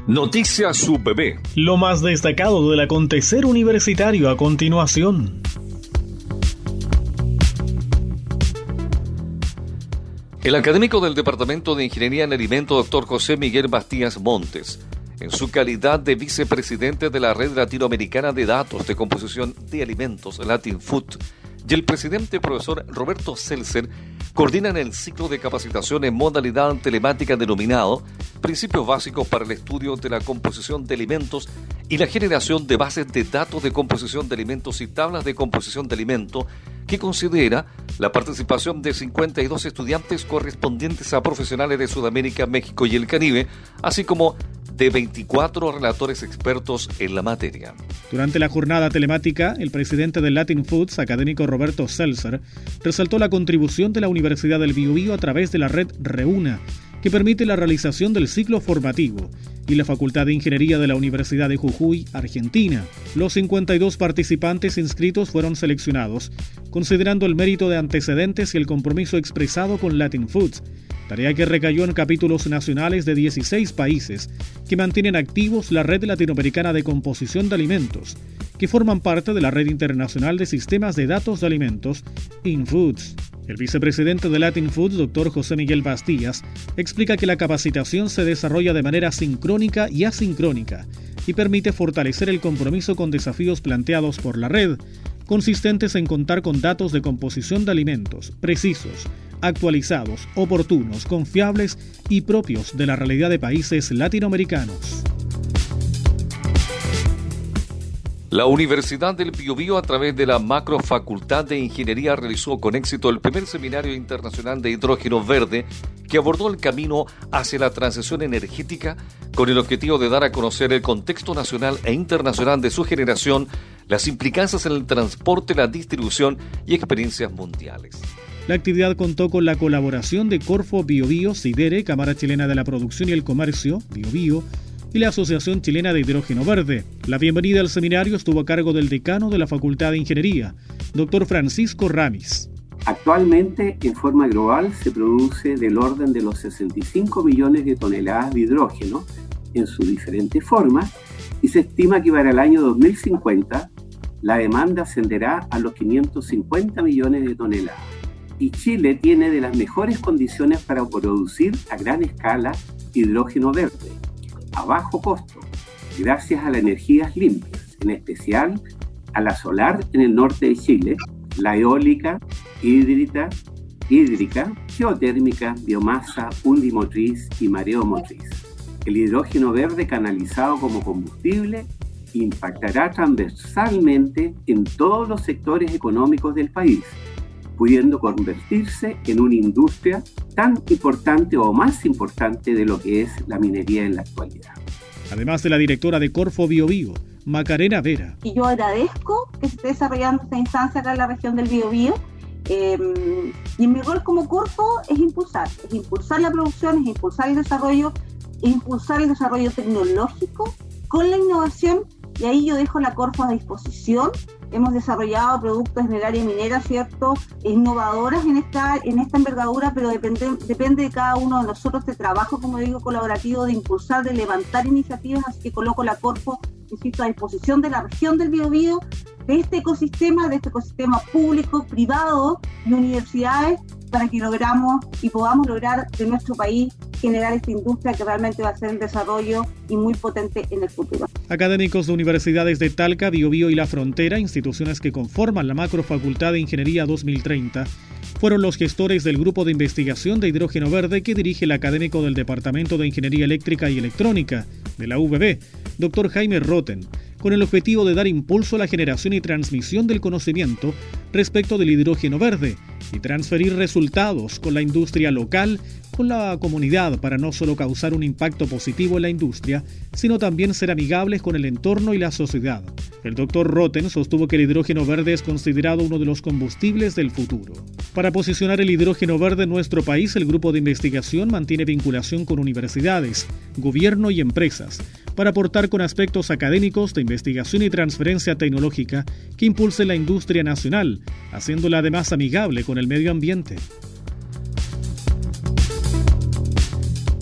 Noticias UPB. Lo más destacado del acontecer universitario a continuación. El académico del Departamento de Ingeniería en Alimento, Dr. José Miguel Bastías Montes, en su calidad de vicepresidente de la Red Latinoamericana de Datos de Composición de Alimentos, Latin Food, y el presidente profesor Roberto Seltzer, coordinan el ciclo de capacitación en modalidad telemática denominado Principios Básicos para el Estudio de la Composición de Alimentos y la Generación de Bases de Datos de Composición de Alimentos y Tablas de Composición de Alimentos, que considera la participación de 52 estudiantes correspondientes a profesionales de Sudamérica, México y el Caribe, así como de 24 relatores expertos en la materia. Durante la jornada telemática, el presidente del Latin Foods, académico Roberto Seltzer, resaltó la contribución de la Universidad del Biobío a través de la red Reúna, que permite la realización del ciclo formativo, y la Facultad de Ingeniería de la Universidad de Jujuy, Argentina. Los 52 participantes inscritos fueron seleccionados, considerando el mérito de antecedentes y el compromiso expresado con Latin Foods, tarea que recayó en capítulos nacionales de 16 países que mantienen activos la Red Latinoamericana de Composición de Alimentos, que forman parte de la Red Internacional de Sistemas de Datos de Alimentos, InFoods. El vicepresidente de Latin Foods, Dr. José Miguel Bastías, explica que la capacitación se desarrolla de manera sincrónica y asincrónica y permite fortalecer el compromiso con desafíos planteados por la red, consistentes en contar con datos de composición de alimentos precisos, actualizados, oportunos, confiables y propios de la realidad de países latinoamericanos. La Universidad del Biobío, a través de la Macrofacultad de Ingeniería, realizó con éxito el primer seminario internacional de hidrógeno verde que abordó el camino hacia la transición energética con el objetivo de dar a conocer el contexto nacional e internacional de su generación, las implicancias en el transporte, la distribución y experiencias mundiales. La actividad contó con la colaboración de Corfo Biobío, Sidere, Cámara Chilena de la Producción y el Comercio, Biobío, y la Asociación Chilena de Hidrógeno Verde. La bienvenida al seminario estuvo a cargo del decano de la Facultad de Ingeniería, Dr. Francisco Ramis. Actualmente, en forma global, se produce del orden de los 65 millones de toneladas de hidrógeno en sus diferentes formas y se estima que para el año 2050 la demanda ascenderá a los 550 millones de toneladas. Y Chile tiene de las mejores condiciones para producir a gran escala hidrógeno verde, a bajo costo, gracias a las energías limpias, en especial a la solar en el norte de Chile, la eólica, hídrica, geotérmica, biomasa, undimotriz y mareomotriz. El hidrógeno verde canalizado como combustible impactará transversalmente en todos los sectores económicos del país, pudiendo convertirse en una industria tan importante o más importante de lo que es la minería en la actualidad. Además de la directora de Corfo Biobío, Macarena Vera. Y yo agradezco que se esté desarrollando esta instancia acá en la región del Biobío. Y mi rol como Corfo es impulsar la producción, es impulsar el desarrollo tecnológico con la innovación, y ahí yo dejo la Corfo a disposición. Hemos desarrollado productos en el área minera, ¿cierto?, innovadoras en esta envergadura, pero depende de cada uno de nosotros este trabajo, como digo, colaborativo de impulsar, de levantar iniciativas, así que coloco la Corfo, insisto, a disposición de la región del Biobío, de este ecosistema público, privado y universidades, para que logramos y podamos lograr de nuestro país generar esta industria que realmente va a ser en desarrollo y muy potente en el futuro. Académicos de universidades de Talca, Biobío y La Frontera, instituciones que conforman la Macrofacultad de Ingeniería 2030, fueron los gestores del grupo de investigación de hidrógeno verde que dirige el académico del Departamento de Ingeniería Eléctrica y Electrónica de la UBB, Dr. Jaime Roten, con el objetivo de dar impulso a la generación y transmisión del conocimiento respecto del hidrógeno verde y transferir resultados con la industria local, con la comunidad, para no solo causar un impacto positivo en la industria, sino también ser amigables con el entorno y la sociedad. El Dr. Roten sostuvo que el hidrógeno verde es considerado uno de los combustibles del futuro. Para posicionar el hidrógeno verde en nuestro país, el grupo de investigación mantiene vinculación con universidades, gobierno y empresas, para aportar con aspectos académicos de investigación y transferencia tecnológica que impulsen la industria nacional, haciéndola además amigable con el medio ambiente.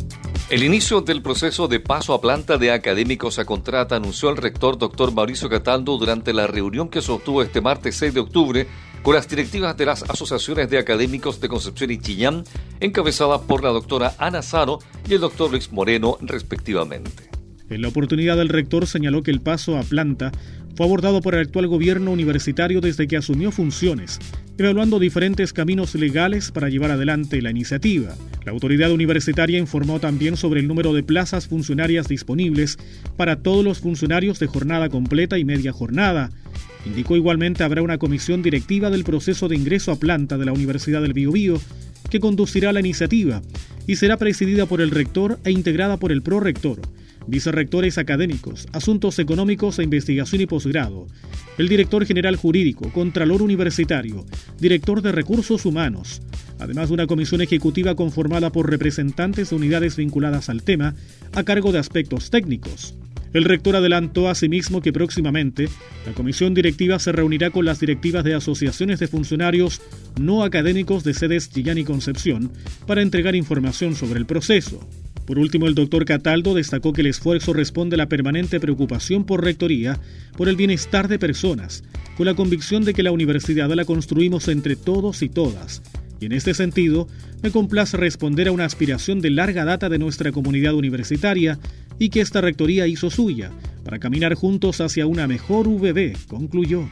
El inicio del proceso de paso a planta de académicos a contrata anunció el rector Dr. Mauricio Cataldo durante la reunión que sostuvo este martes 6 de octubre con las directivas de las asociaciones de académicos de Concepción y Chillán, encabezadas por la doctora Ana Saro y el doctor Luis Moreno, respectivamente. En la oportunidad, el rector señaló que el paso a planta fue abordado por el actual gobierno universitario desde que asumió funciones, evaluando diferentes caminos legales para llevar adelante la iniciativa. La autoridad universitaria informó también sobre el número de plazas funcionarias disponibles para todos los funcionarios de jornada completa y media jornada. Indicó igualmente habrá una comisión directiva del proceso de ingreso a planta de la Universidad del Biobío que conducirá la iniciativa y será presidida por el rector e integrada por el prorector, vicerrectores académicos, asuntos económicos e investigación y posgrado, el director general jurídico, contralor universitario, director de recursos humanos, además de una comisión ejecutiva conformada por representantes de unidades vinculadas al tema a cargo de aspectos técnicos. El rector adelantó asimismo que próximamente la comisión directiva se reunirá con las directivas de asociaciones de funcionarios no académicos de sedes Chillán y Concepción para entregar información sobre el proceso. Por último, el doctor Cataldo destacó que el esfuerzo responde a la permanente preocupación por rectoría por el bienestar de personas, con la convicción de que la universidad la construimos entre todos y todas. Y en este sentido, me complace responder a una aspiración de larga data de nuestra comunidad universitaria y que esta rectoría hizo suya, para caminar juntos hacia una mejor UBB, concluyó.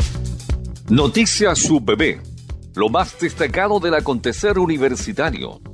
Noticias UBB. Lo más destacado del acontecer universitario.